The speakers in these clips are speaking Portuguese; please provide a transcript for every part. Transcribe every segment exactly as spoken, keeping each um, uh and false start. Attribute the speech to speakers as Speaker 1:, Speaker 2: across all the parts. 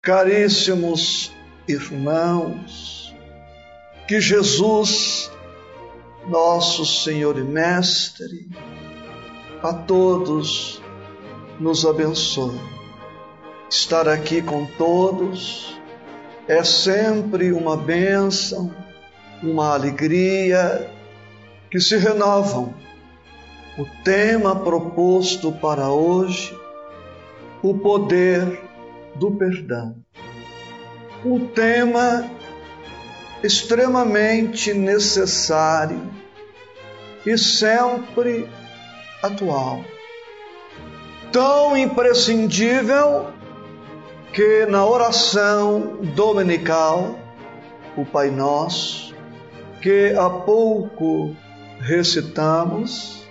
Speaker 1: Caríssimos irmãos, que Jesus, nosso Senhor e Mestre, a todos nos abençoe. Estar aqui com todos é sempre uma bênção, uma alegria que se renovam. O tema proposto para hoje, o poder do perdão. Um tema extremamente necessário e sempre atual. Tão imprescindível que na oração dominical, o Pai Nosso, que há pouco recitamos,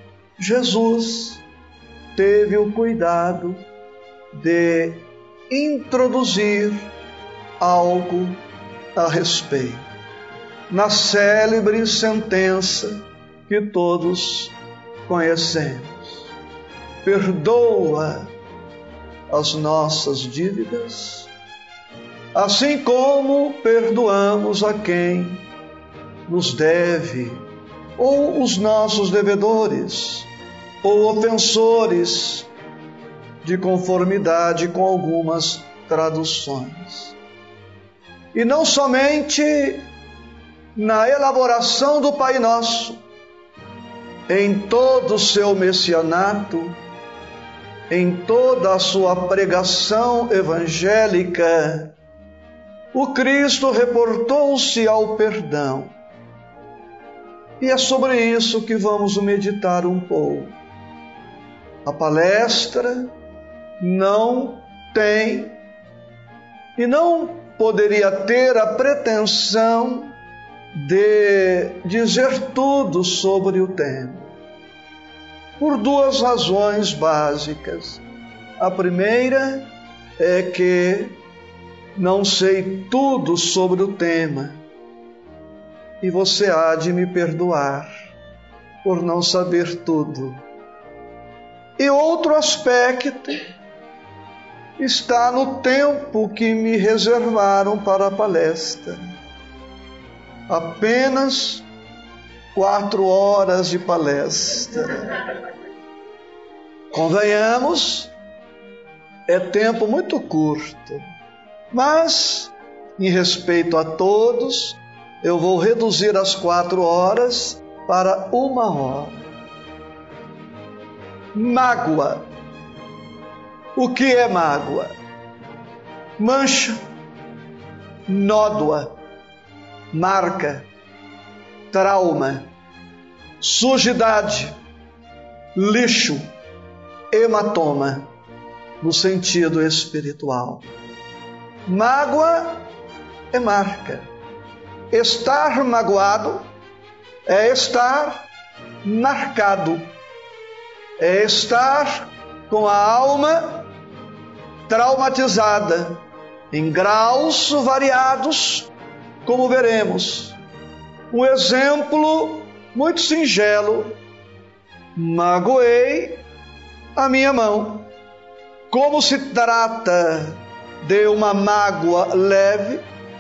Speaker 1: Jesus teve o cuidado de introduzir algo a respeito, na célebre sentença que todos conhecemos: perdoa as nossas dívidas, assim como perdoamos a quem nos deve, ou os nossos devedores, ou ofensores, de conformidade com algumas traduções. E não somente na elaboração do Pai Nosso, em todo o seu messianato, em toda a sua pregação evangélica, o Cristo reportou-se ao perdão. E é sobre isso que vamos meditar um pouco. A palestra não tem e não poderia ter a pretensão de dizer tudo sobre o tema, por duas razões básicas. A primeira é que não sei tudo sobre o tema, e você há de me perdoar por não saber tudo. E outro aspecto está no tempo que me reservaram para a palestra. Apenas quatro horas de palestra. Convenhamos, é tempo muito curto, mas, em respeito a todos, eu vou reduzir as quatro horas para uma hora. Mágoa. O que é mágoa? Mancha, nódoa, marca, trauma, sujidade, lixo, hematoma, no sentido espiritual. Mágoa é marca. Estar magoado é estar marcado, é estar com a alma traumatizada, em graus variados, como veremos. Um exemplo muito singelo: magoei a minha mão. Como se trata de uma mágoa leve,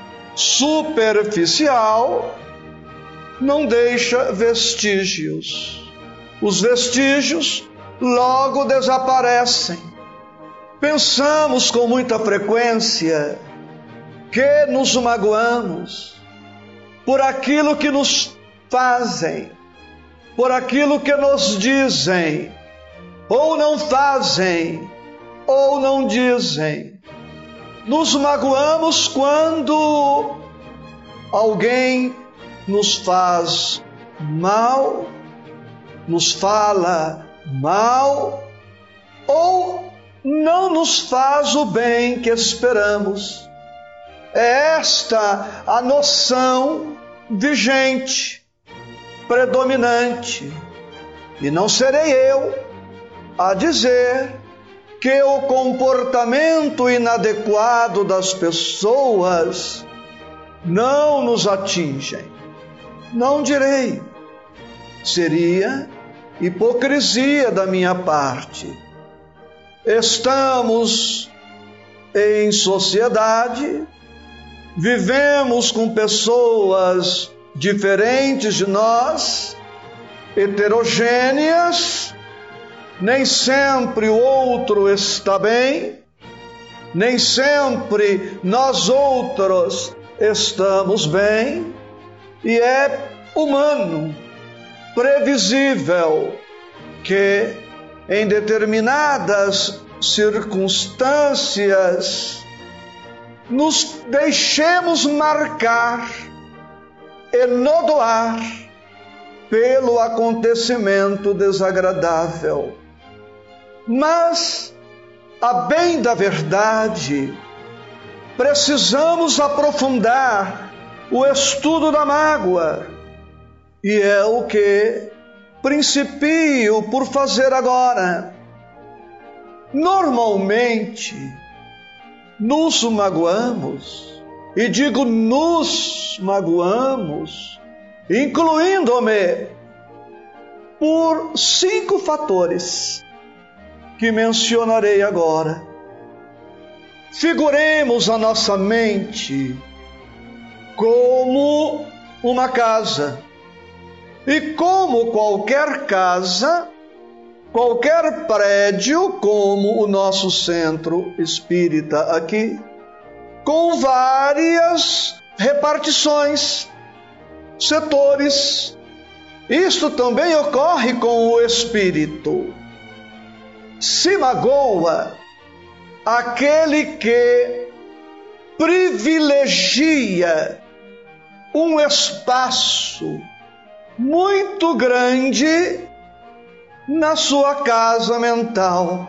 Speaker 1: superficial, não deixa vestígios. Os vestígios logo desaparecem. Pensamos com muita frequência que nos magoamos por aquilo que nos fazem, por aquilo que nos dizem, ou não fazem, ou não dizem. Nos magoamos quando alguém nos faz mal, nos fala mal, ou não nos faz o bem que esperamos. É esta a noção vigente, predominante, e não serei eu a dizer que o comportamento inadequado das pessoas não nos atingem. Não direi. Seria hipocrisia da minha parte. Estamos em sociedade, vivemos com pessoas diferentes de nós, heterogêneas, nem sempre o outro está bem, nem sempre nós outros estamos bem, e é humano, previsível, que em determinadas circunstâncias nos deixemos marcar, enodoar pelo acontecimento desagradável. Mas, a bem da verdade, precisamos aprofundar o estudo da mágoa, e é o que principio por fazer agora. Normalmente, nos magoamos, e digo nos magoamos, incluindo-me, por cinco fatores que mencionarei agora. Figuremos a nossa mente como uma casa, e como qualquer casa, qualquer prédio, como o nosso centro espírita aqui, com várias repartições, setores. Isto também ocorre com o espírito. Se magoa aquele que privilegia um espaço muito grande na sua casa mental.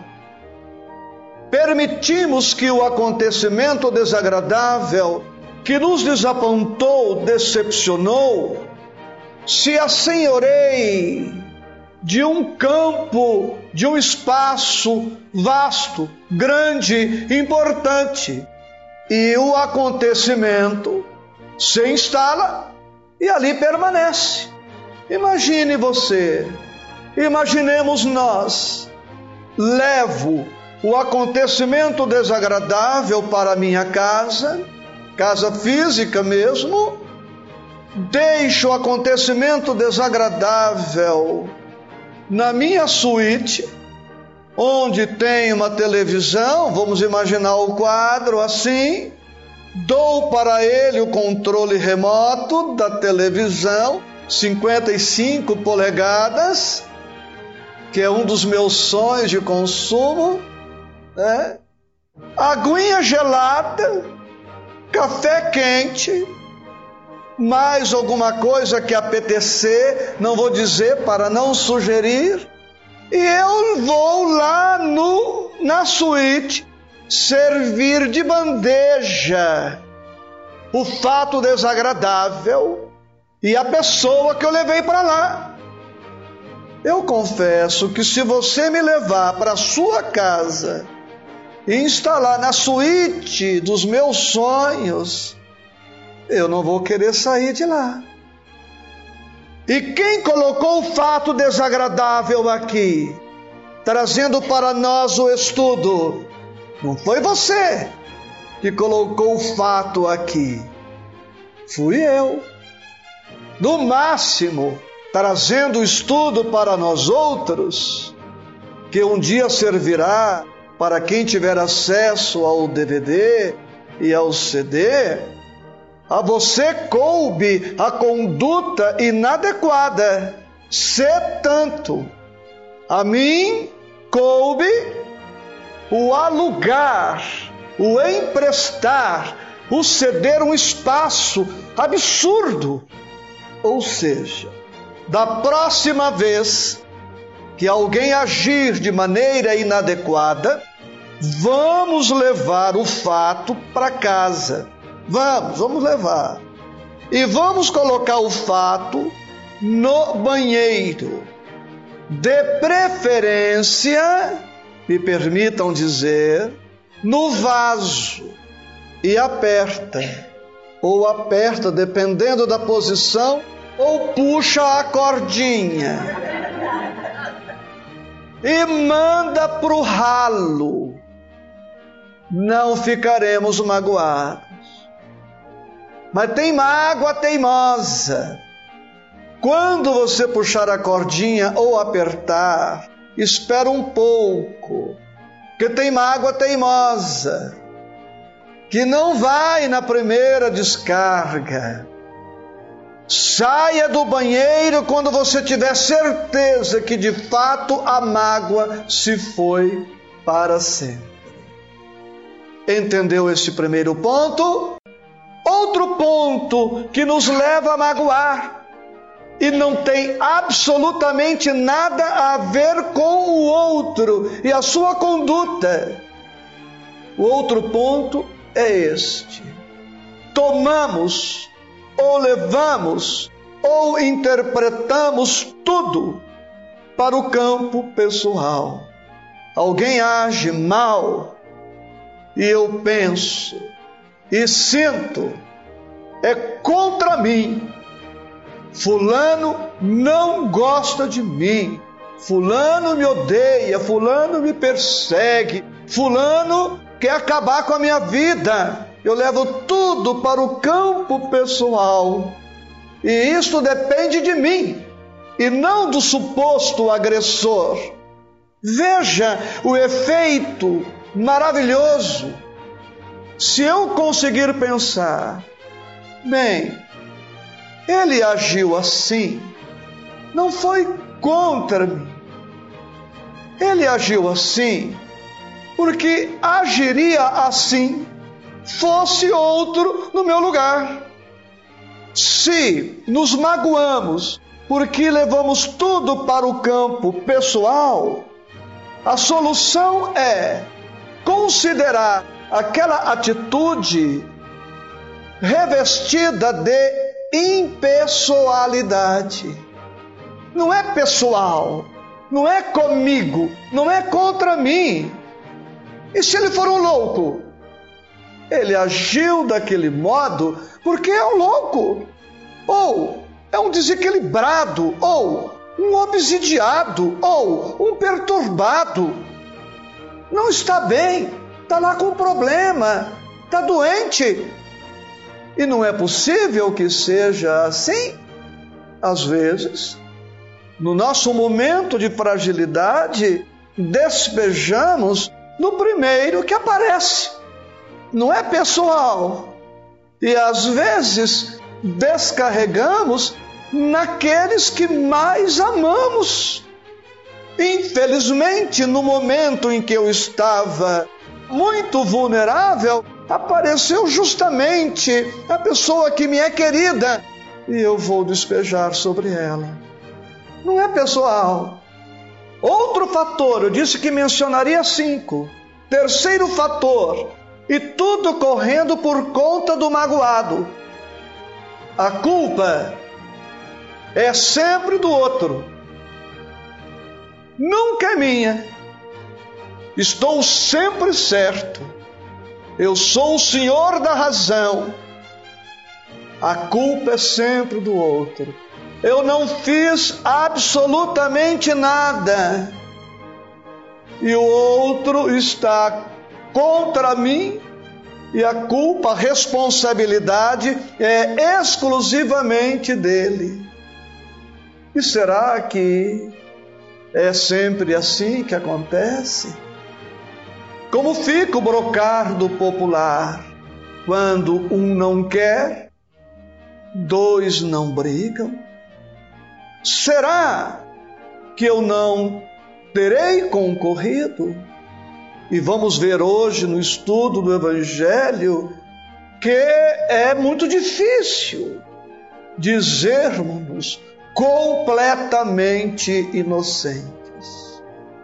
Speaker 1: Permitimos que o acontecimento desagradável que nos desapontou, decepcionou, se assenhoreie de um campo, de um espaço vasto, grande, importante, e o acontecimento se instala e ali permanece. Imagine você, imaginemos nós, levo o acontecimento desagradável para a minha casa, casa física mesmo, deixo o acontecimento desagradável na minha suíte, onde tem uma televisão, vamos imaginar o quadro assim, dou para ele o controle remoto da televisão, cinquenta e cinco polegadas, que é um dos meus sonhos de consumo, né? Aguinha gelada, café quente, mais alguma coisa que apetecer, não vou dizer para não sugerir, e eu vou lá no, na suíte servir de bandeja o fato desagradável e a pessoa que eu levei para lá. Eu confesso que se você me levar para a sua casa e instalar na suíte dos meus sonhos, eu não vou querer sair de lá. E quem colocou o fato desagradável aqui, trazendo para nós o estudo? Não foi você que colocou o fato aqui, fui eu. No máximo, trazendo o estudo para nós outros, que um dia servirá para quem tiver acesso ao D V D e ao C D, a você coube a conduta inadequada, se tanto. A mim coube o alugar, o emprestar, o ceder um espaço absurdo. Ou seja, da próxima vez que alguém agir de maneira inadequada, vamos levar o fato para casa. Vamos, vamos levar. E vamos colocar o fato no banheiro. De preferência, me permitam dizer, no vaso. E aperta. Ou aperta, dependendo da posição, ou puxa a cordinha. E manda para o ralo. não ficaremos magoados. Mas tem mágoa teimosa. Quando você puxar a cordinha ou apertar, espera um pouco, que tem mágoa teimosa, que não vai na primeira descarga. Saia do banheiro quando você tiver certeza que de fato a mágoa se foi para sempre. Entendeu esse primeiro ponto? Outro ponto que nos leva a magoar e não tem absolutamente nada a ver com o outro e a sua conduta. O outro ponto é este: tomamos ou levamos ou interpretamos tudo para o campo pessoal. Alguém age mal e eu penso e sinto, é contra mim. Fulano não gosta de mim, fulano me odeia, fulano me persegue, fulano quer acabar com a minha vida. Eu levo tudo para o campo pessoal. E isto depende de mim e não do suposto agressor. Veja o efeito maravilhoso. Se eu conseguir pensar, bem, ele agiu assim, não foi contra mim. Ele agiu assim porque agiria assim fosse outro no meu lugar. Se nos magoamos porque levamos tudo para o campo pessoal, a solução é considerar aquela atitude revestida de impessoalidade. Não é pessoal, não é comigo, não é contra mim. E se ele for um louco? Ele agiu daquele modo porque é um louco, ou é um desequilibrado, ou um obsidiado, ou um perturbado. Não está bem, está lá com problema, está doente. E não é possível que seja assim. Às vezes, no nosso momento de fragilidade, despejamos no primeiro que aparece. Não é pessoal. E às vezes descarregamos naqueles que mais amamos. Infelizmente, no momento em que eu estava muito vulnerável, apareceu justamente a pessoa que me é querida e eu vou despejar sobre ela. Não é pessoal. Outro fator, eu disse que mencionaria cinco. Terceiro fator, e tudo correndo por conta do magoado. A culpa é sempre do outro, nunca é minha. Estou sempre certo. Eu sou o senhor da razão. A culpa é sempre do outro. Eu não fiz absolutamente nada e o outro está contra mim, e a culpa, a responsabilidade é exclusivamente dele. E será que é sempre assim que acontece? Como fica o brocardo popular? Quando um não quer, dois não brigam. Será que eu não terei concorrido? E vamos ver hoje no estudo do Evangelho que é muito difícil dizermos completamente inocentes.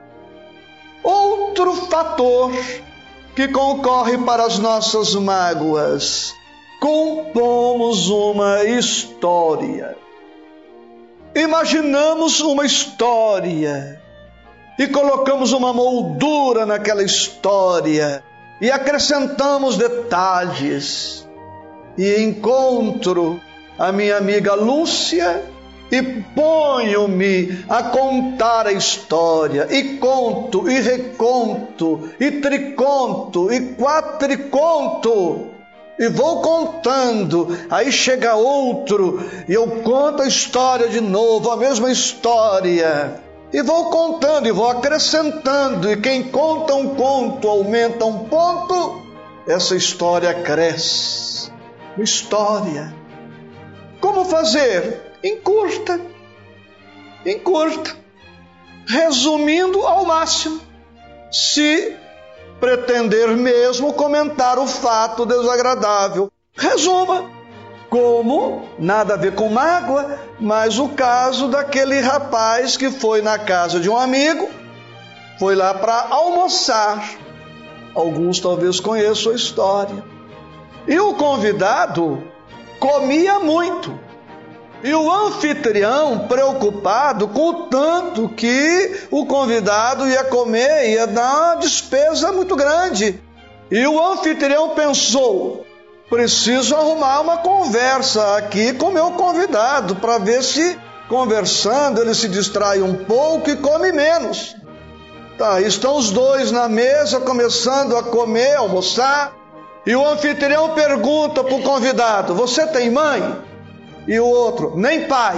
Speaker 1: Outro fator que concorre para as nossas mágoas: compomos uma história. Imaginamos uma história e colocamos uma moldura naquela história e acrescentamos detalhes. E encontro a minha amiga Lúcia e ponho-me a contar a história, e conto, e reconto, e triconto, e quatriconto, e vou contando. Aí chega outro, e eu conto a história de novo, a mesma história, e vou contando, e vou acrescentando, e quem conta um conto aumenta um ponto, essa história cresce. História. Como fazer? Encurta, encurta, resumindo ao máximo. Se pretender mesmo comentar o fato desagradável, resuma. Como? Nada a ver com mágoa, mas o caso daquele rapaz que foi na casa de um amigo, foi lá para almoçar. Alguns talvez conheçam a história. E o convidado comia muito. E o anfitrião, preocupado com o tanto que o convidado ia comer, ia dar uma despesa muito grande. E o anfitrião pensou: preciso arrumar uma conversa aqui com o meu convidado, para ver se, conversando, ele se distrai um pouco e come menos. Tá, estão os dois na mesa, começando a comer, almoçar, e o anfitrião pergunta para o convidado: você tem mãe? E o outro: nem pai.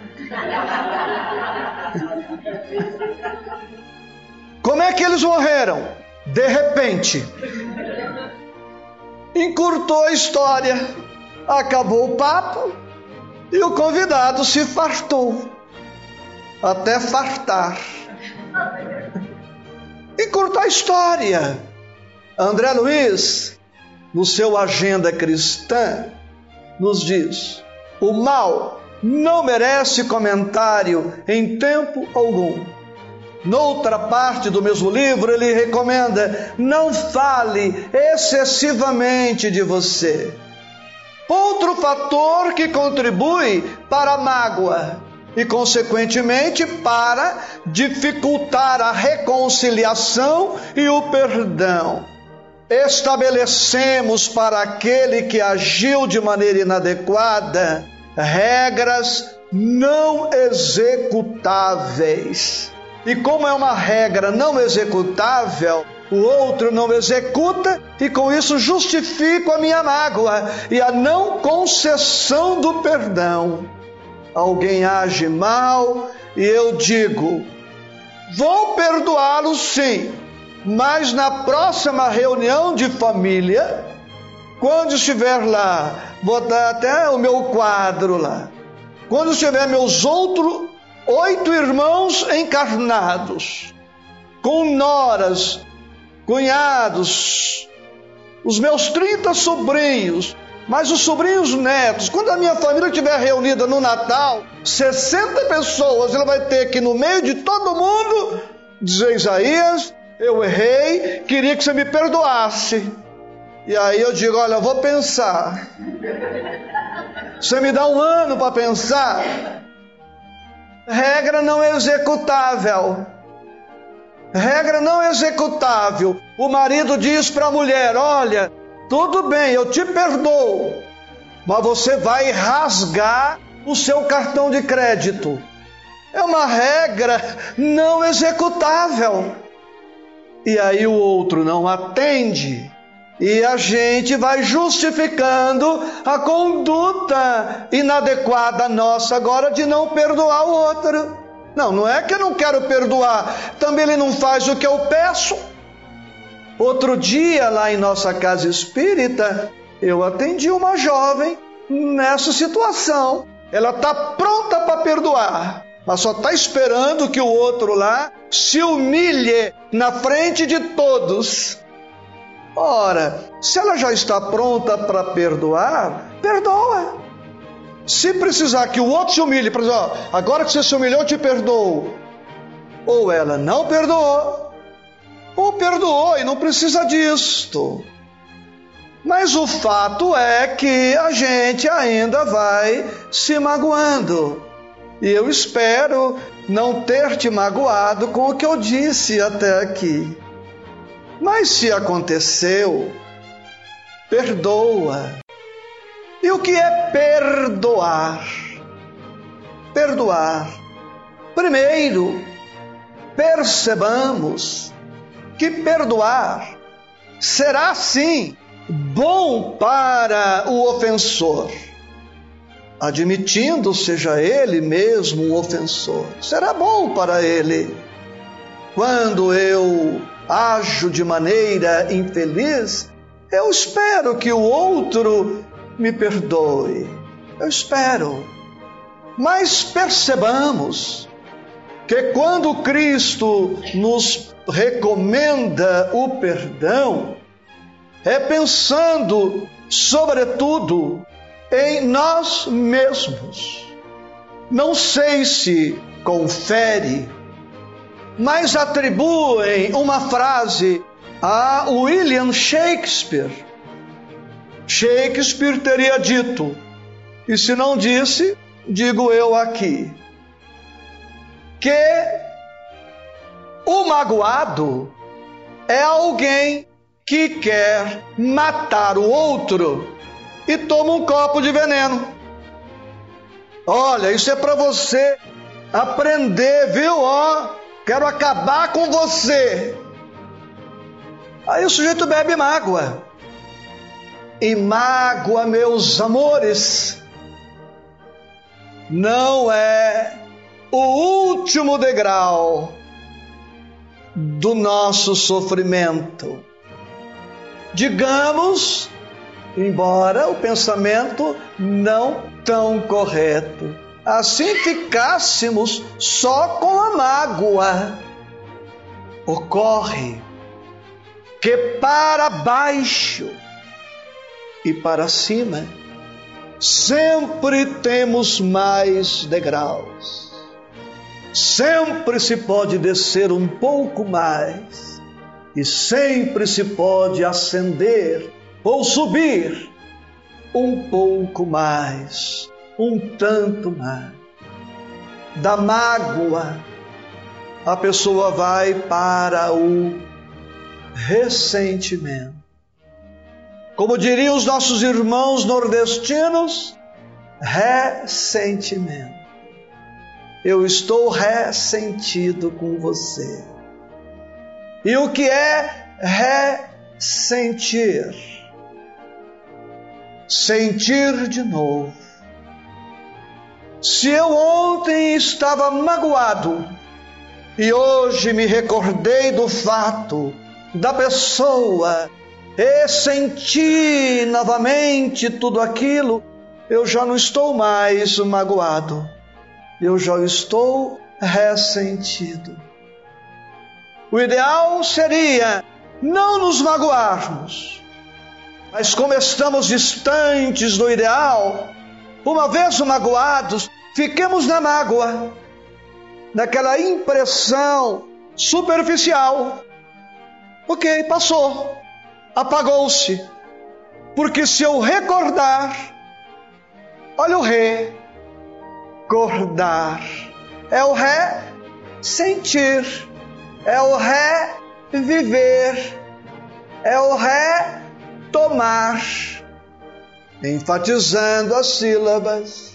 Speaker 1: Como é que eles morreram? De repente. Encurtou a história, acabou o papo e o convidado se fartou, até fartar. Encurtou a história. André Luiz, no seu Agenda Cristã, nos diz: o mal não merece comentário em tempo algum. Noutra parte do mesmo livro, ele recomenda: não fale excessivamente de você. Outro fator que contribui para a mágoa e, consequentemente, para dificultar a reconciliação e o perdão. Estabelecemos para aquele que agiu de maneira inadequada regras não executáveis. E como é uma regra não executável, o outro não executa, e com isso justifico a minha mágoa e a não concessão do perdão. Alguém age mal e eu digo: vou perdoá-lo sim, mas na próxima reunião de família, quando estiver lá, vou dar até o meu quadro lá, quando estiver meus outros oito irmãos encarnados, com noras, cunhados, os meus trinta sobrinhos, mas os sobrinhos netos, quando a minha família estiver reunida no Natal, sessenta pessoas, ele vai ter que, no meio de todo mundo, dizer: Isaías, eu errei, queria que você me perdoasse. E aí eu digo: olha, eu vou pensar. Você me dá um ano para pensar? Regra não executável. Regra não executável. O marido diz para a mulher: olha, tudo bem, eu te perdoo, mas você vai rasgar o seu cartão de crédito. É uma regra não executável. E aí o outro não atende, e a gente vai justificando a conduta inadequada nossa agora de não perdoar o outro. Não, não é que eu não quero perdoar, também ele não faz o que eu peço. Outro dia, lá em nossa casa espírita, eu atendi uma jovem nessa situação. Ela está pronta para perdoar, mas só está esperando que o outro lá se humilhe na frente de todos. Ora, se ela já está pronta para perdoar, perdoa. Se precisar que o outro se humilhe, por exemplo, ó, agora que você se humilhou, eu te perdoo. Ou ela não perdoou, ou perdoou e não precisa disto. Mas o fato é que a gente ainda vai se magoando. E eu espero não ter te magoado com o que eu disse até aqui. Mas se aconteceu, perdoa. E o que é perdoar? perdoar. Primeiro, percebamos que perdoar será sim bom para o ofensor, admitindo seja ele mesmo um ofensor. Será bom para ele. Quando eu ajo de maneira infeliz, eu espero que o outro me perdoe. Eu espero. Mas percebamos que quando Cristo nos recomenda o perdão, é pensando, sobretudo, em nós mesmos. Não sei se confere, mas atribuem uma frase a William Shakespeare. Shakespeare teria dito, e se não disse, digo eu aqui, que o magoado é alguém que quer matar o outro e toma um copo de veneno. Olha, isso é para você aprender, viu? Ó, quero acabar com você. Aí o sujeito bebe mágoa. E mágoa, meus amores, não é o último degrau do nosso sofrimento. Digamos, embora o pensamento não tão correto, assim ficássemos só com a mágoa. Ocorre que para baixo e para cima sempre temos mais degraus. Sempre se pode descer um pouco mais e sempre se pode ascender ou subir um pouco mais, um tanto mais. Da mágoa, a pessoa vai para o ressentimento. Como diriam os nossos irmãos nordestinos, ressentimento. Eu estou ressentido com você. E o que é ressentir? Sentir de novo. Se eu ontem estava magoado e hoje me recordei do fato, da pessoa, e senti novamente tudo aquilo, eu já não estou mais magoado, eu já estou ressentido. O ideal seria não nos magoarmos, mas como estamos distantes do ideal, uma vez magoados, fiquemos na mágoa, naquela impressão superficial. Ok, passou, apagou-se. Porque se eu recordar, olha o recordar, é o ressentir, é o reviver, é o retomar, enfatizando as sílabas.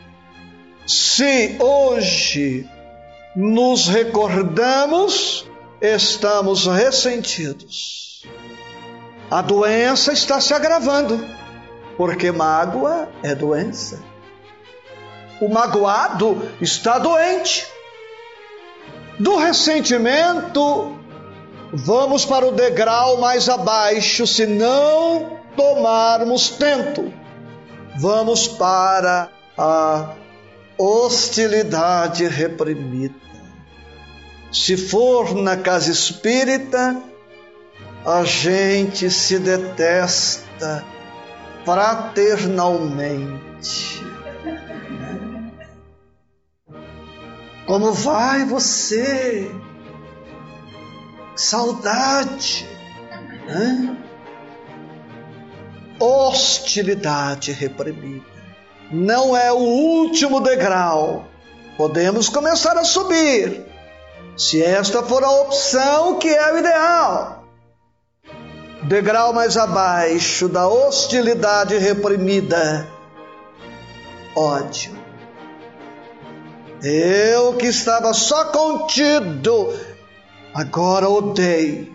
Speaker 1: Se hoje nos recordamos, estamos ressentidos. A doença está se agravando, porque mágoa é doença. O magoado está doente. Do ressentimento, vamos para o degrau mais abaixo, se não tomarmos tento. Vamos para a hostilidade reprimida. Se for na casa espírita, a gente se detesta fraternalmente. Como vai você? Saudade, né? Hostilidade reprimida. Não é o último degrau. Podemos começar a subir, se esta for a opção que é o ideal. Degrau mais abaixo da hostilidade reprimida, ódio. Eu que estava só contido, agora odeio.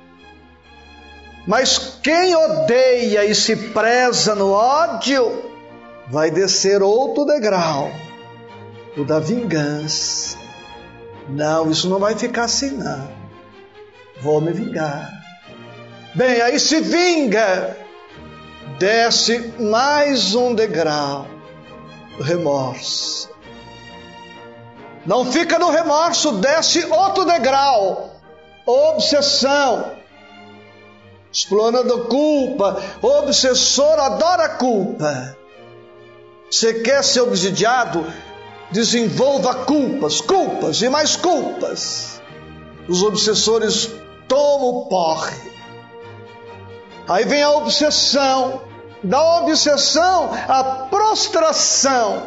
Speaker 1: Mas quem odeia e se preza no ódio, vai descer outro degrau, o da vingança. Não, isso não vai ficar assim não. Vou me vingar. Bem, aí se vinga, desce mais um degrau, o remorso. Não fica no remorso, desce outro degrau, obsessão. Explorando culpa, o obsessor adora culpa. Você quer ser obsidiado? Desenvolva culpas, culpas e mais culpas. Os obsessores tomam o porre. Aí vem a obsessão, da obsessão à prostração.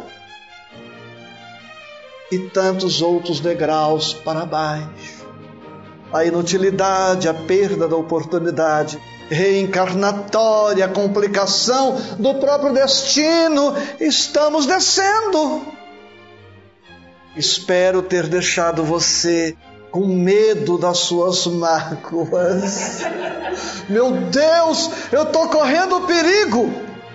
Speaker 1: E tantos outros degraus para baixo. A inutilidade, a perda da oportunidade reencarnatória, a complicação do próprio destino. Estamos descendo. Espero ter deixado você com medo das suas mágoas. Meu Deus, eu estou correndo perigo.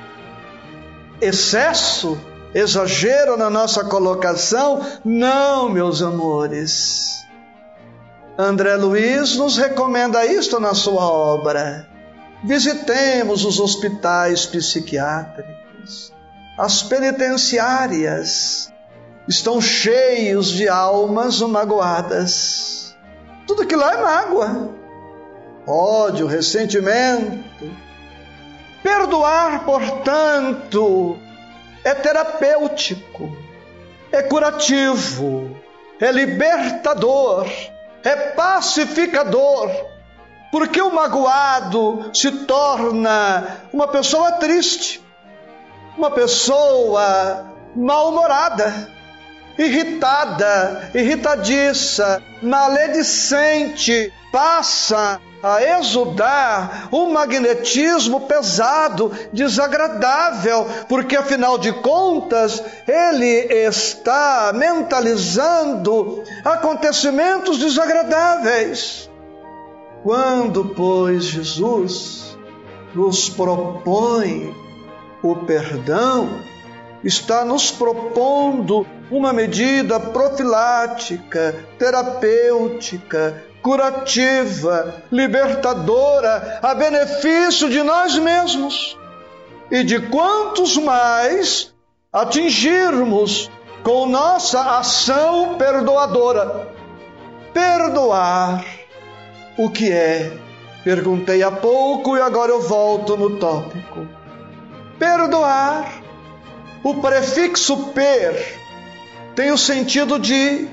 Speaker 1: Excesso, exagero na nossa colocação? Não, meus amores. André Luiz nos recomenda isto na sua obra. Visitemos os hospitais psiquiátricos, as penitenciárias. Estão cheios de almas magoadas. Tudo que lá é mágoa, ódio, ressentimento. Perdoar, portanto, é terapêutico, é curativo, é libertador, é pacificador, porque o magoado se torna uma pessoa triste, uma pessoa mal-humorada, irritada, irritadiça, maledicente, passa a exudar um magnetismo pesado, desagradável, porque afinal de contas ele está mentalizando acontecimentos desagradáveis. Quando, pois, Jesus nos propõe o perdão, está nos propondo uma medida profilática, terapêutica, curativa, libertadora, a benefício de nós mesmos e de quantos mais atingirmos com nossa ação perdoadora. Perdoar, o que é? Perguntei há pouco e agora eu volto no tópico. Perdoar, o prefixo per tem o sentido de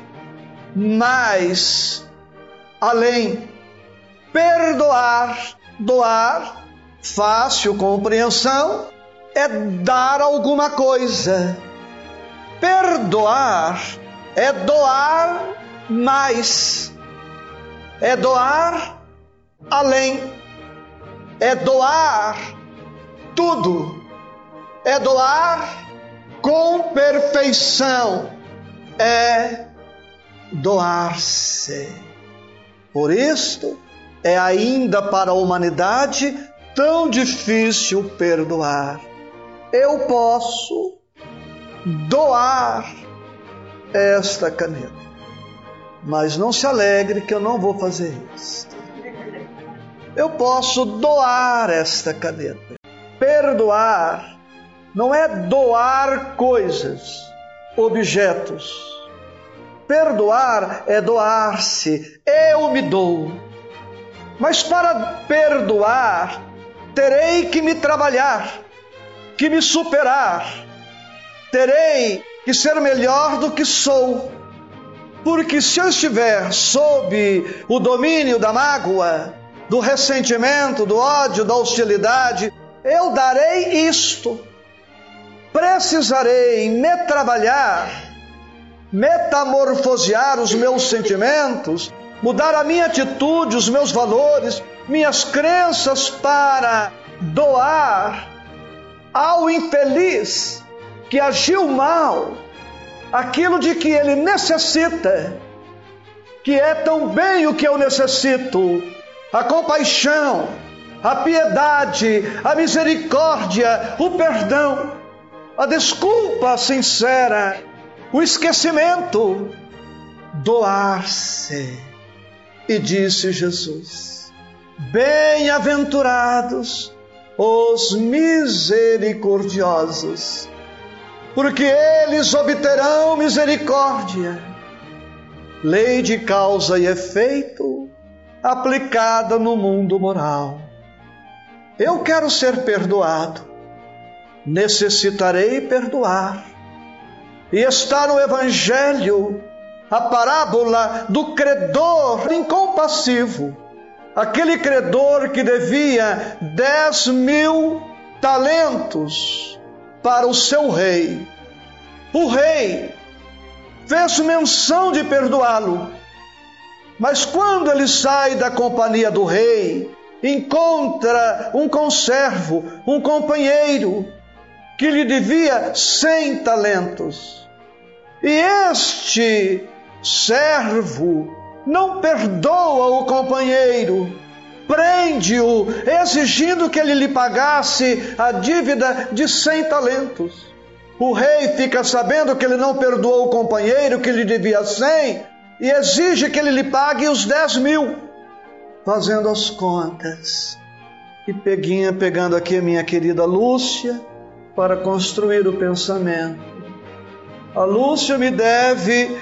Speaker 1: mais, além. Perdoar, doar, fácil compreensão, é dar alguma coisa. Perdoar é doar mais, é doar além, é doar tudo, é doar com perfeição, é doar-se. Por isto, é ainda para a humanidade tão difícil perdoar. Eu posso doar esta caneta, mas não se alegre que eu não vou fazer isso. Eu posso doar esta caneta. Perdoar não é doar coisas, objetos. Perdoar é doar-se. Eu me dou. Mas para perdoar, terei que me trabalhar, que me superar. Terei que ser melhor do que sou. Porque se eu estiver sob o domínio da mágoa, do ressentimento, do ódio, da hostilidade, eu darei isto. Precisarei me trabalhar, metamorfosear os meus sentimentos, mudar a minha atitude, os meus valores, minhas crenças para doar ao infeliz que agiu mal, aquilo de que ele necessita, que é também o que eu necessito: a compaixão, a piedade, a misericórdia, o perdão, a desculpa sincera, o esquecimento, doar-se. E disse Jesus: bem-aventurados os misericordiosos, porque eles obterão misericórdia. Lei de causa e efeito aplicada no mundo moral. Eu quero ser perdoado, necessitarei perdoar. E está no Evangelho a parábola do credor incompassivo, aquele credor que devia dez mil talentos para o seu rei. O rei fez menção de perdoá-lo, mas quando ele sai da companhia do rei, encontra um conservo, um companheiro, que lhe devia cem talentos. E este servo não perdoa o companheiro, prende-o, exigindo que ele lhe pagasse a dívida de cem talentos. O rei fica sabendo que ele não perdoou o companheiro, que lhe devia cem, e exige que ele lhe pague os dez mil. Fazendo as contas, e peguinha, pegando aqui a minha querida Lúcia, para construir o pensamento. A Lúcia me deve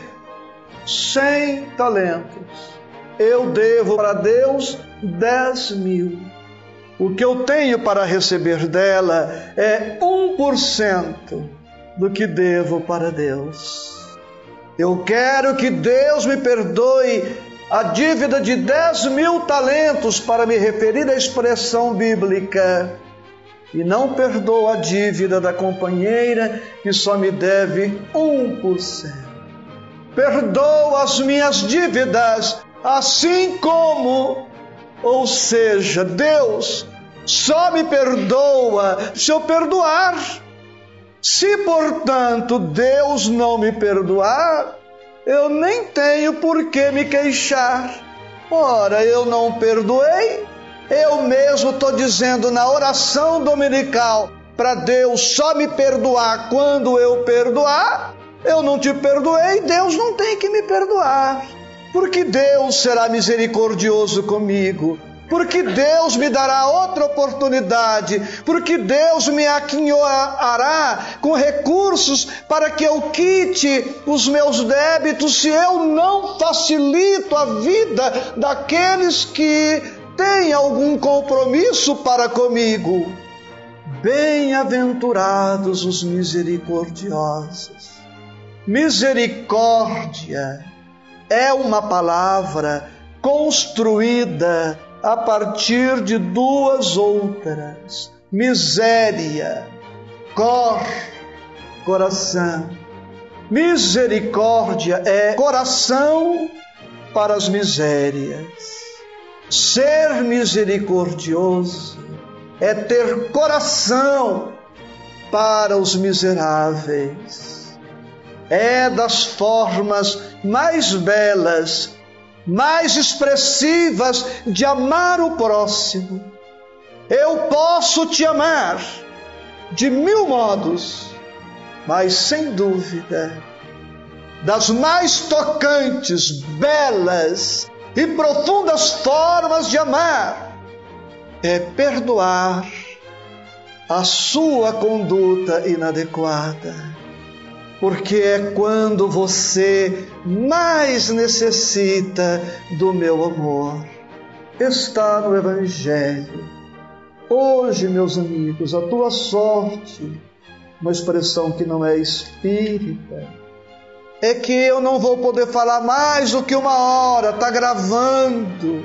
Speaker 1: cem talentos. Eu devo para Deus dez mil. O que eu tenho para receber dela é um por cento do que devo para Deus. Eu quero que Deus me perdoe a dívida de dez mil talentos, para me referir à expressão bíblica, e não perdoa a dívida da companheira que só me deve um por cento. Perdoa as minhas dívidas, assim como, ou seja, Deus só me perdoa se eu perdoar. Se, portanto, Deus não me perdoar, eu nem tenho por que me queixar. Ora, eu não perdoei, eu mesmo estou dizendo na oração dominical para Deus só me perdoar quando eu perdoar. Eu não te perdoei, Deus não tem que me perdoar, porque Deus será misericordioso comigo, porque Deus me dará outra oportunidade, porque Deus me aquinhoará com recursos para que eu quite os meus débitos, se eu não facilito a vida daqueles que têm algum compromisso para comigo. Bem-aventurados os misericordiosos. Misericórdia é uma palavra construída a partir de duas outras: miséria, cor, coração. Misericórdia é coração para as misérias. Ser misericordioso é ter coração para os miseráveis. É das formas mais belas, mais expressivas de amar o próximo. Eu posso te amar de mil modos, mas sem dúvida, das mais tocantes, belas e profundas formas de amar é perdoar a sua conduta inadequada. Porque é quando você mais necessita do meu amor. Está no Evangelho. Hoje, meus amigos, a tua sorte, uma expressão que não é espírita, é que eu não vou poder falar mais do que uma hora, está gravando,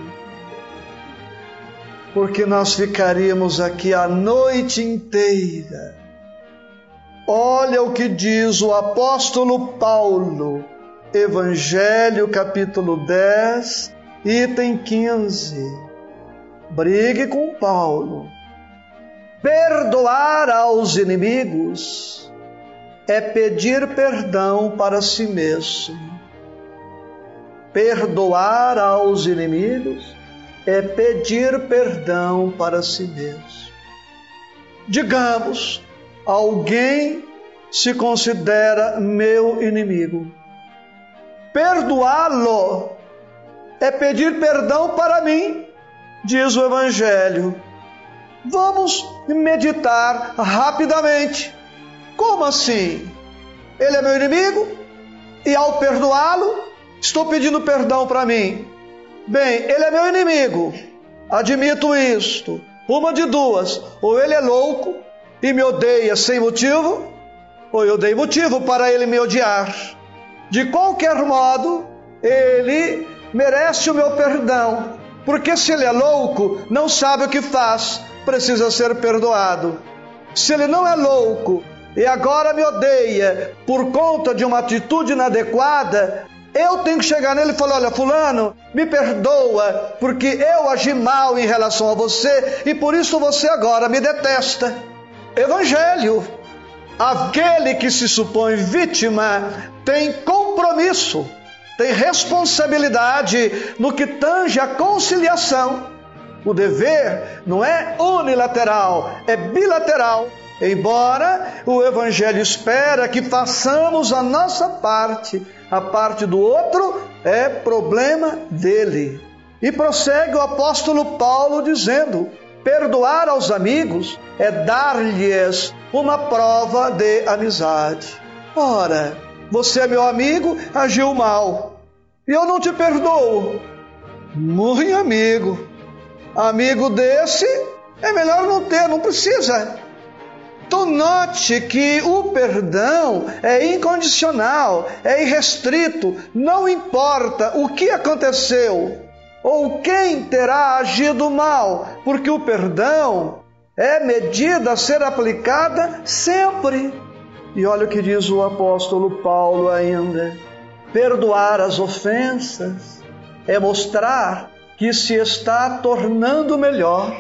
Speaker 1: porque nós ficaríamos aqui a noite inteira. Olha o que diz o apóstolo Paulo, Evangelho capítulo dez, item quinze. Brigue com Paulo. Perdoar aos inimigos é pedir perdão para si mesmo. Perdoar aos inimigos é pedir perdão para si mesmo. Digamos, alguém se considera meu inimigo. Perdoá-lo é pedir perdão para mim, diz o Evangelho. Vamos meditar rapidamente. Como assim? Ele é meu inimigo e ao perdoá-lo, estou pedindo perdão para mim. Bem, ele é meu inimigo, admito isto. Uma de duas, ou ele é louco e me odeia sem motivo, ou eu dei motivo para ele me odiar. De qualquer modo, ele merece o meu perdão, porque se ele é louco, não sabe o que faz, precisa ser perdoado. Se ele não é louco e agora me odeia por conta de uma atitude inadequada, eu tenho que chegar nele e falar: olha, fulano, me perdoa, porque eu agi mal em relação a você e por isso você agora me detesta. Evangelho. Aquele que se supõe vítima tem compromisso, tem responsabilidade no que tange a conciliação. O dever não é unilateral, é bilateral. Embora o Evangelho espera que façamos a nossa parte, a parte do outro é problema dele. E prossegue o apóstolo Paulo dizendo: perdoar aos amigos é dar-lhes uma prova de amizade. Ora, você é meu amigo, agiu mal, e eu não te perdoo. Muito amigo. Amigo desse é melhor não ter, não precisa. Então note que o perdão é incondicional, é irrestrito, não importa o que aconteceu ou quem terá agido mal, porque o perdão é medida a ser aplicada sempre. E olha o que diz o apóstolo Paulo ainda: perdoar as ofensas é mostrar que se está tornando melhor.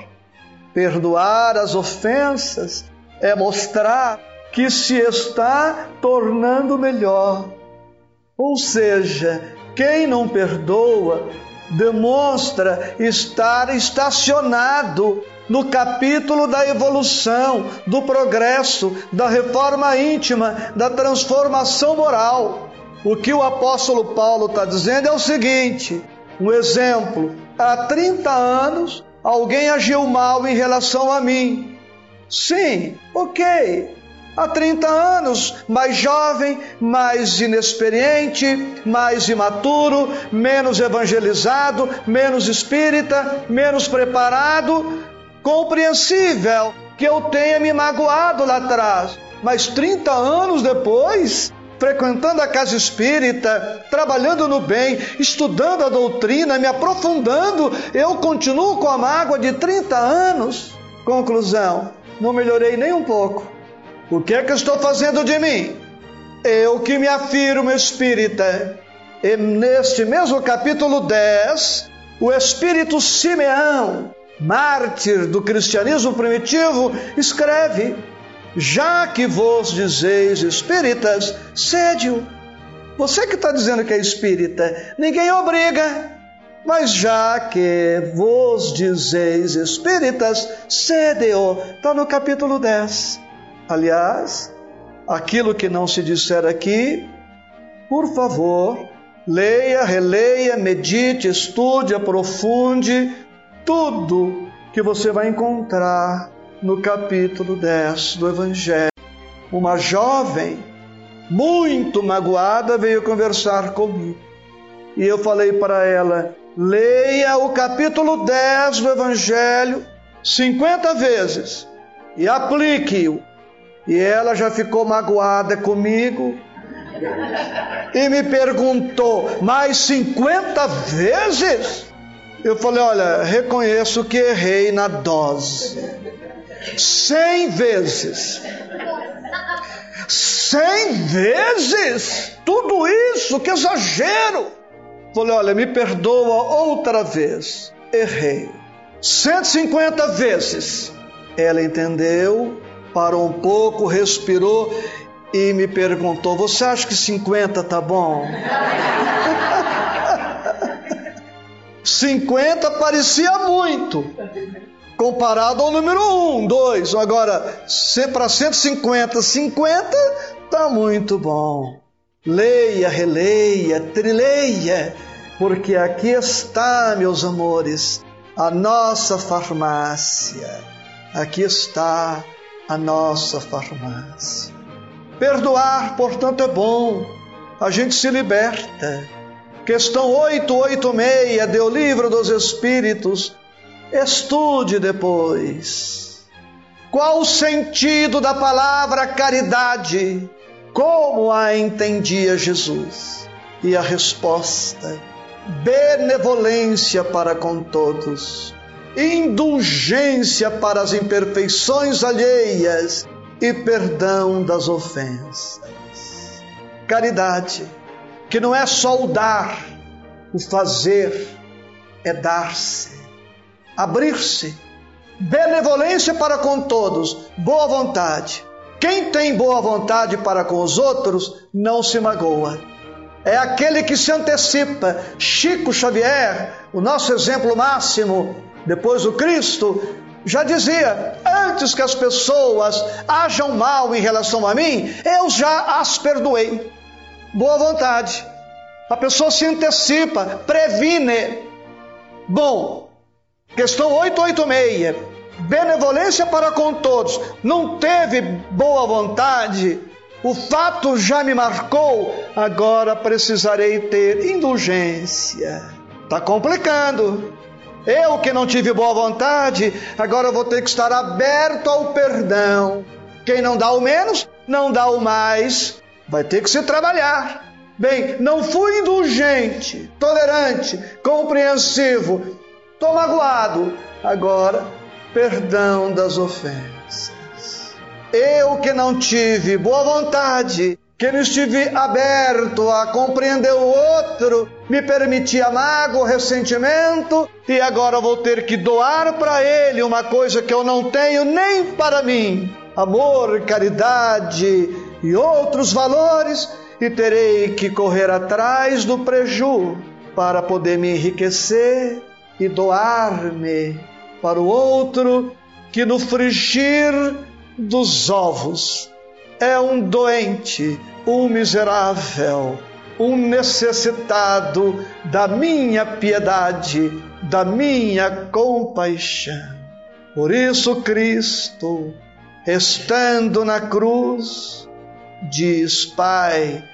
Speaker 1: Perdoar as ofensas é mostrar que se está tornando melhor. Ou seja, quem não perdoa demonstra estar estacionado no capítulo da evolução, do progresso, da reforma íntima, da transformação moral. O que o apóstolo Paulo está dizendo é o seguinte: um exemplo, há trinta anos alguém agiu mal em relação a mim. Sim, ok. Há trinta anos, mais jovem, mais inexperiente, mais imaturo, menos evangelizado, menos espírita, menos preparado. Compreensível que eu tenha me magoado lá atrás, mas trinta anos depois, frequentando a casa espírita, trabalhando no bem, estudando a doutrina, me aprofundando, eu continuo com a mágoa de trinta anos. Conclusão: não melhorei nem um pouco. O que é que eu estou fazendo de mim? Eu que me afirmo espírita. E neste mesmo capítulo dez, o espírito Simeão, mártir do cristianismo primitivo, escreve: já que vos dizeis espíritas, sede-o. Você que está dizendo que é espírita, ninguém obriga. Mas já que vos dizeis espíritas, sede-o. Está no capítulo dez. Aliás, aquilo que não se disser aqui, por favor, leia, releia, medite, estude, aprofunde tudo que você vai encontrar no capítulo dez do Evangelho. Uma jovem muito magoada veio conversar comigo. E eu falei para ela: leia o capítulo dez do Evangelho cinquenta vezes e aplique-o. E ela já ficou magoada comigo e me perguntou: mais cinquenta vezes? Eu falei: olha, reconheço que errei na dose. Cem vezes. Cem vezes? Tudo isso? Que exagero! Falei: olha, me perdoa outra vez. Errei. cento e cinquenta vezes. Ela entendeu, parou um pouco, respirou e me perguntou: você acha que cinquenta tá bom? cinquenta parecia muito, comparado ao número um, dois. Agora, para cento e cinquenta, cinquenta tá muito bom. Leia, releia, trileia, porque aqui está, meus amores, a nossa farmácia. Aqui está a nossa farmácia. Perdoar, portanto, é bom. A gente se liberta. Questão oitocentos e oitenta e seis do Livro dos Espíritos. Estude depois. Qual o sentido da palavra caridade? Como a entendia Jesus? E a resposta: benevolência para com todos, indulgência para as imperfeições alheias e perdão das ofensas. Caridade, que não é só o dar, o fazer, é dar-se, abrir-se. Benevolência para com todos, boa vontade. Quem tem boa vontade para com os outros não se magoa. É aquele que se antecipa. Chico Xavier, o nosso exemplo máximo, depois do Cristo, já dizia: antes que as pessoas hajam mal em relação a mim, eu já as perdoei. Boa vontade. A pessoa se antecipa, previne. Bom, questão oitocentos e oitenta e seis. Benevolência para com todos. Não teve boa vontade, o fato já me marcou, agora precisarei ter indulgência. Está complicando. Eu que não tive boa vontade, agora vou ter que estar aberto ao perdão. Quem não dá o menos, não dá o mais. Vai ter que se trabalhar. Bem, não fui indulgente, tolerante, compreensivo, estou magoado. Agora, perdão das ofensas. Eu que não tive boa vontade, que não estive aberto a compreender o outro, me permiti a mágoa, ressentimento, e agora vou ter que doar para ele uma coisa que eu não tenho nem para mim. Amor, caridade e outros valores, e terei que correr atrás do preju para poder me enriquecer e doar-me para o outro que no frigir dos ovos é um doente, um miserável, um necessitado da minha piedade, da minha compaixão. Por isso Cristo, estando na cruz, diz: Pai,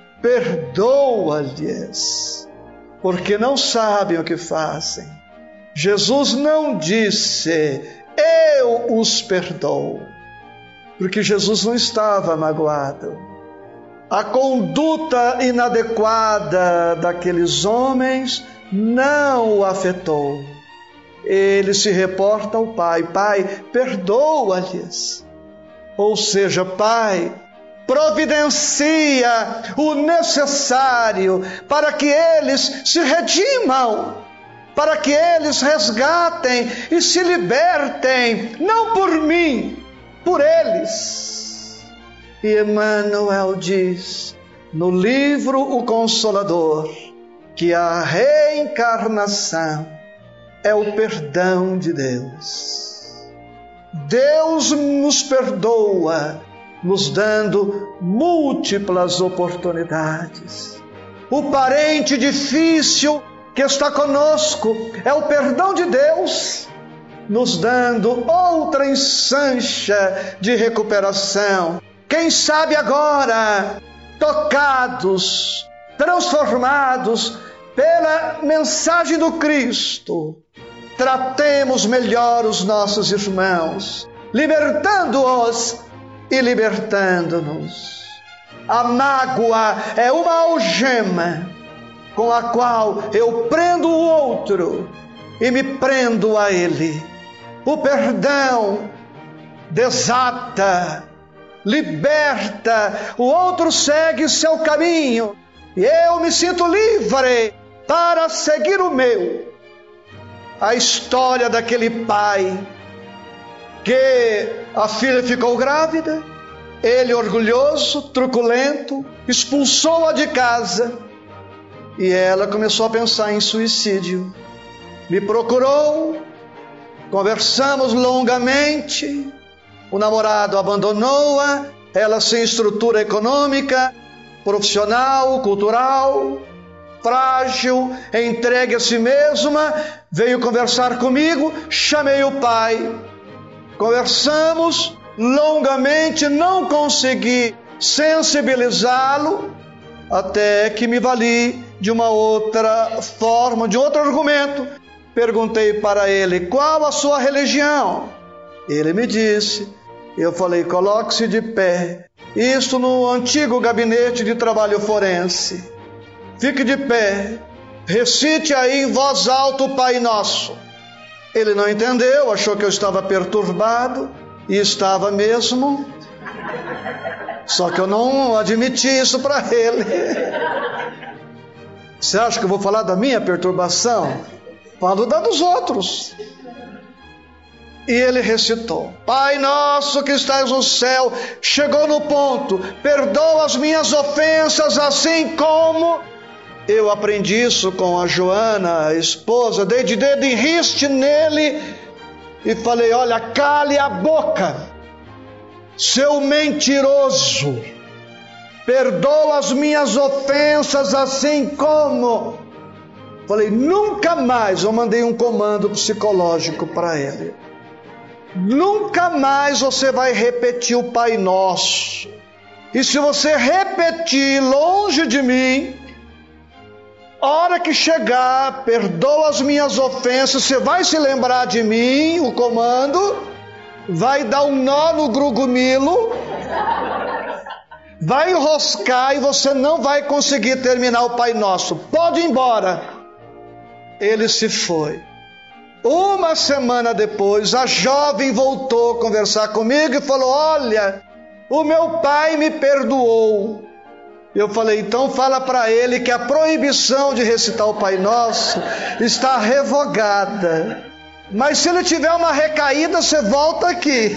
Speaker 1: perdoa-lhes, porque não sabem o que fazem. Jesus não disse: eu os perdoo, porque Jesus não estava magoado. A conduta inadequada daqueles homens não o afetou. Ele se reporta ao Pai: Pai, perdoa-lhes. Ou seja, Pai, providencia o necessário para que eles se redimam, para que eles resgatem e se libertem, não por mim, por eles. E Emmanuel diz no livro O Consolador que a reencarnação é o perdão de Deus. Deus nos perdoa, nos dando múltiplas oportunidades. O parente difícil que está conosco é o perdão de Deus, nos dando outra ensancha de recuperação. Quem sabe agora, tocados, transformados pela mensagem do Cristo, tratemos melhor os nossos irmãos, libertando-os e libertando-nos. A mágoa é uma algema com a qual eu prendo o outro e me prendo a ele. O perdão desata, liberta, o outro segue seu caminho e eu me sinto livre para seguir o meu. A história daquele pai que a filha ficou grávida, Ele, orgulhoso, truculento, expulsou-a de casa e ela começou a pensar em suicídio. Me procurou, conversamos longamente, o namorado abandonou-a, ela sem estrutura econômica, profissional, cultural, frágil, entregue a si mesma, veio conversar comigo, chamei o pai, conversamos longamente, não consegui sensibilizá-lo, até que me vali de uma outra forma, de outro argumento. Perguntei para ele: qual a sua religião? Ele me disse. Eu falei: coloque-se de pé. Isso no antigo gabinete de trabalho forense. Fique de pé. Recite aí em voz alta o Pai Nosso. Ele não entendeu, achou que eu estava perturbado. E estava mesmo. Só que eu não admiti isso para ele. Você acha que eu vou falar da minha perturbação? Falo da dos outros. E ele recitou: Pai nosso que estás no céu. Chegou no ponto: perdoa as minhas ofensas, assim como... Eu aprendi isso com a Joana, a esposa. Dei de dedo em riste nele e falei: olha, cale a boca, seu mentiroso. Perdoa as minhas ofensas, assim como... Falei: nunca mais. Eu mandei um comando psicológico para ele. Nunca mais você vai repetir o Pai Nosso. E se você repetir longe de mim, hora que chegar, perdoa as minhas ofensas, você vai se lembrar de mim, o comando, vai dar um nó no grugumilo, vai enroscar e você não vai conseguir terminar o Pai Nosso. Pode ir embora. Ele se foi. Uma semana depois, a jovem voltou a conversar comigo e falou: olha, o meu pai me perdoou. Eu falei: então fala para ele que a proibição de recitar o Pai Nosso está revogada. Mas se ele tiver uma recaída, você volta aqui.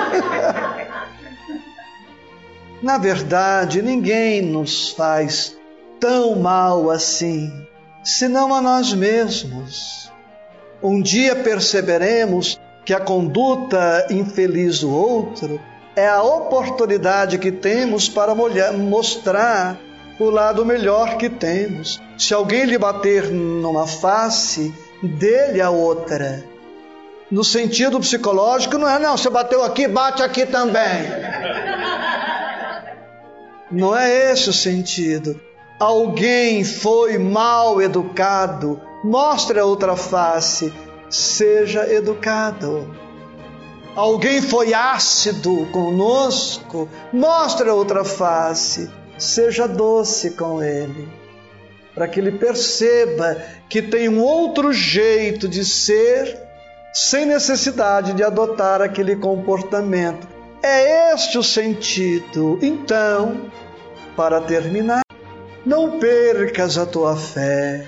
Speaker 1: Na verdade, ninguém nos faz tão mal assim, senão a nós mesmos. Um dia perceberemos que a conduta infeliz do outro é a oportunidade que temos para mostrar o lado melhor que temos. Se alguém lhe bater numa face, dê-lhe a outra. No sentido psicológico, não é: não, você bateu aqui, bate aqui também. Não é esse o sentido. Alguém foi mal educado, mostre a outra face, seja educado. Alguém foi ácido conosco, mostre a outra face, seja doce com ele, para que ele perceba que tem um outro jeito de ser, sem necessidade de adotar aquele comportamento. É este o sentido. Então, para terminar, não percas a tua fé.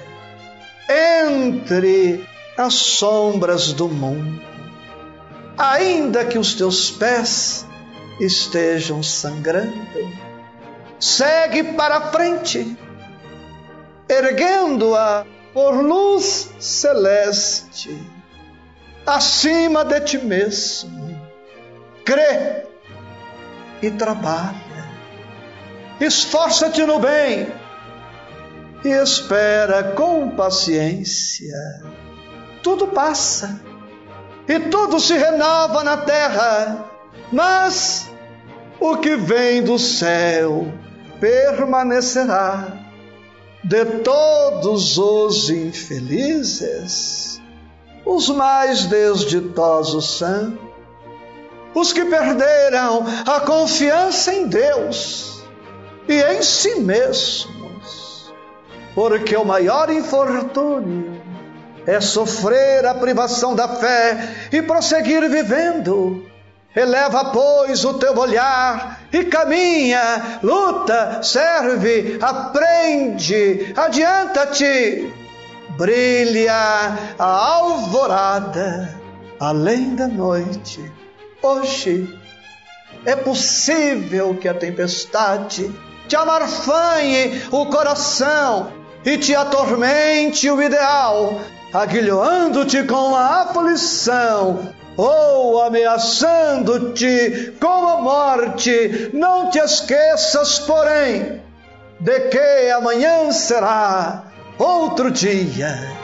Speaker 1: Entre as sombras do mundo, ainda que os teus pés estejam sangrando, segue para frente, erguendo-a por luz celeste, acima de ti mesmo. Crê e trabalha, esforça-te no bem e espera com paciência. Tudo passa e tudo se renova na terra, mas o que vem do céu permanecerá. De todos os infelizes, os mais desditosos são os que perderam a confiança em Deus e em si mesmos, porque o maior infortúnio é sofrer a privação da fé e prosseguir vivendo. Eleva, pois, o teu olhar e caminha, luta, serve, aprende, adianta-te. Brilha a alvorada além da noite, hoje é possível que a tempestade te amarfanhe o coração e te atormente o ideal, aguilhando-te com a aflição ou ameaçando-te com a morte. Não te esqueças, porém, de que amanhã será outro dia.